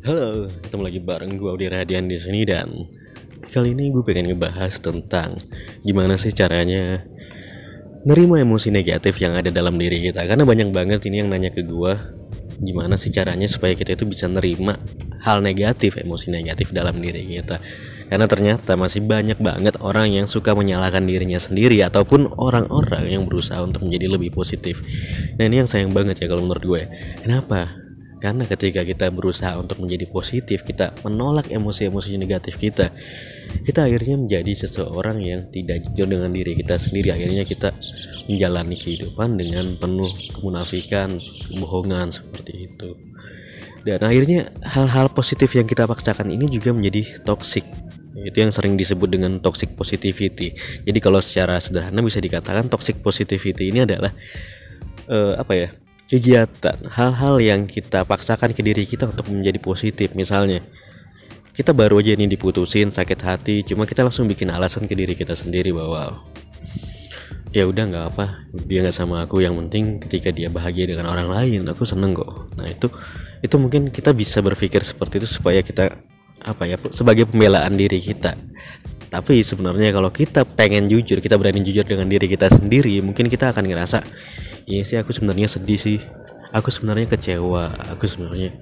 Halo, ketemu lagi bareng gue Audi Radian di sini dan kali ini gue pengen ngebahas tentang gimana sih caranya nerima emosi negatif yang ada dalam diri kita. Karena banyak banget ini yang nanya ke gue, gimana sih caranya supaya kita itu bisa nerima hal negatif, emosi negatif dalam diri kita. Karena ternyata masih banyak banget orang yang suka menyalahkan dirinya sendiri ataupun orang-orang yang berusaha untuk menjadi lebih positif. Nah ini yang sayang banget ya kalau menurut gue. Kenapa? Karena ketika kita berusaha untuk menjadi positif, kita menolak emosi-emosi negatif kita akhirnya menjadi seseorang yang tidak jujur dengan diri kita sendiri. Akhirnya kita menjalani kehidupan dengan penuh kemunafikan, kebohongan seperti itu. Dan akhirnya hal-hal positif yang kita paksakan ini juga menjadi toxic. Itu yang sering disebut dengan toxic positivity. Jadi kalau secara sederhana bisa dikatakan toxic positivity ini adalah kegiatan, hal-hal yang kita paksakan ke diri kita untuk menjadi positif. Misalnya kita baru aja nih diputusin, sakit hati, cuma kita langsung bikin alasan ke diri kita sendiri bahwa ya udah nggak apa, dia nggak sama aku, yang penting ketika dia bahagia dengan orang lain aku seneng kok. Nah itu mungkin kita bisa berpikir seperti itu supaya kita sebagai pembelaan diri kita. Tapi sebenarnya kalau kita pengen jujur, kita berani jujur dengan diri kita sendiri, mungkin kita akan ngerasa, iya sih aku sebenarnya sedih sih, aku sebenarnya kecewa, aku sebenarnya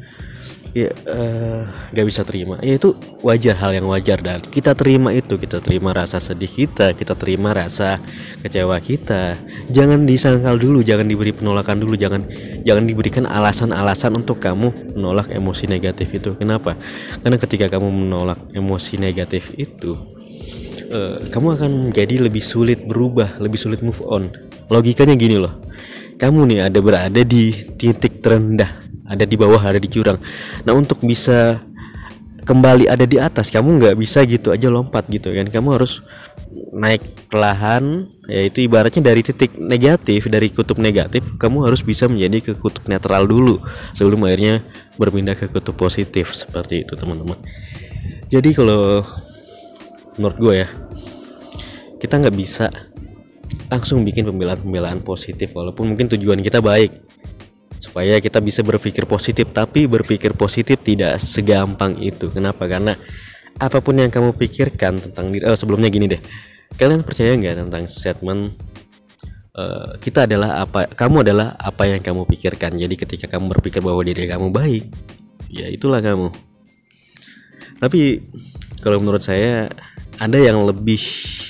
gak bisa terima. Ya itu wajar, hal yang wajar, dan kita terima itu. Kita terima rasa sedih kita terima rasa kecewa kita. Jangan disangkal dulu, jangan diberi penolakan dulu, jangan diberikan alasan-alasan untuk kamu menolak emosi negatif itu. Kenapa? Karena ketika kamu menolak emosi negatif itu, kamu akan menjadi lebih sulit berubah, lebih sulit move on. Logikanya gini loh, kamu nih berada di titik terendah, ada di bawah, ada di jurang. Nah untuk bisa kembali ada di atas, kamu nggak bisa gitu aja lompat gitu kan. Kamu harus naik perlahan, yaitu ibaratnya dari titik negatif, dari kutub negatif, kamu harus bisa menjadi ke kutub netral dulu sebelum akhirnya berpindah ke kutub positif. Seperti itu teman-teman. Jadi kalau menurut gue ya, kita nggak bisa langsung bikin pembelaan positif, walaupun mungkin tujuan kita baik supaya kita bisa berpikir positif. Tapi berpikir positif tidak segampang itu. Kenapa? Karena apapun yang kamu pikirkan tentang diri, sebelumnya gini deh, kalian percaya nggak tentang statement kita adalah apa, kamu adalah apa yang kamu pikirkan. Jadi ketika kamu berpikir bahwa diri kamu baik, ya itulah kamu. Tapi kalau menurut saya ada yang lebih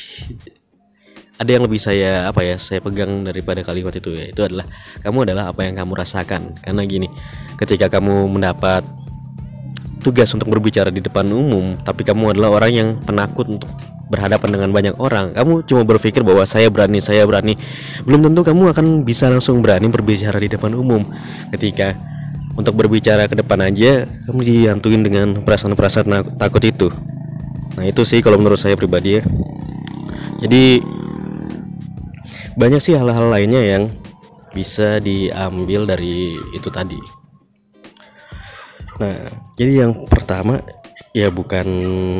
saya pegang daripada kalimat itu, ya itu adalah kamu adalah apa yang kamu rasakan. Karena gini, ketika kamu mendapat tugas untuk berbicara di depan umum, tapi kamu adalah orang yang penakut untuk berhadapan dengan banyak orang, kamu cuma berpikir bahwa saya berani, belum tentu kamu akan bisa langsung berani berbicara di depan umum. Ketika untuk berbicara ke depan aja kamu dihantuin dengan perasaan-perasaan takut itu. Nah itu sih kalau menurut saya pribadi ya. Jadi banyak sih hal-hal lainnya yang bisa diambil dari itu tadi. Nah jadi yang pertama ya bukan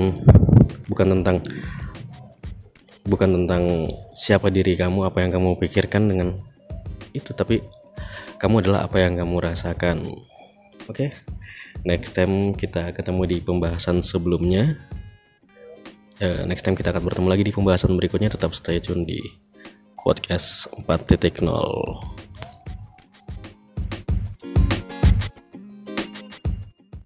tentang siapa diri kamu, apa yang kamu pikirkan dengan itu, tapi kamu adalah apa yang kamu rasakan. Oke? Next time kita ketemu di pembahasan sebelumnya. Next time kita akan bertemu lagi di pembahasan berikutnya. Tetap stay tune di podcast 4.0.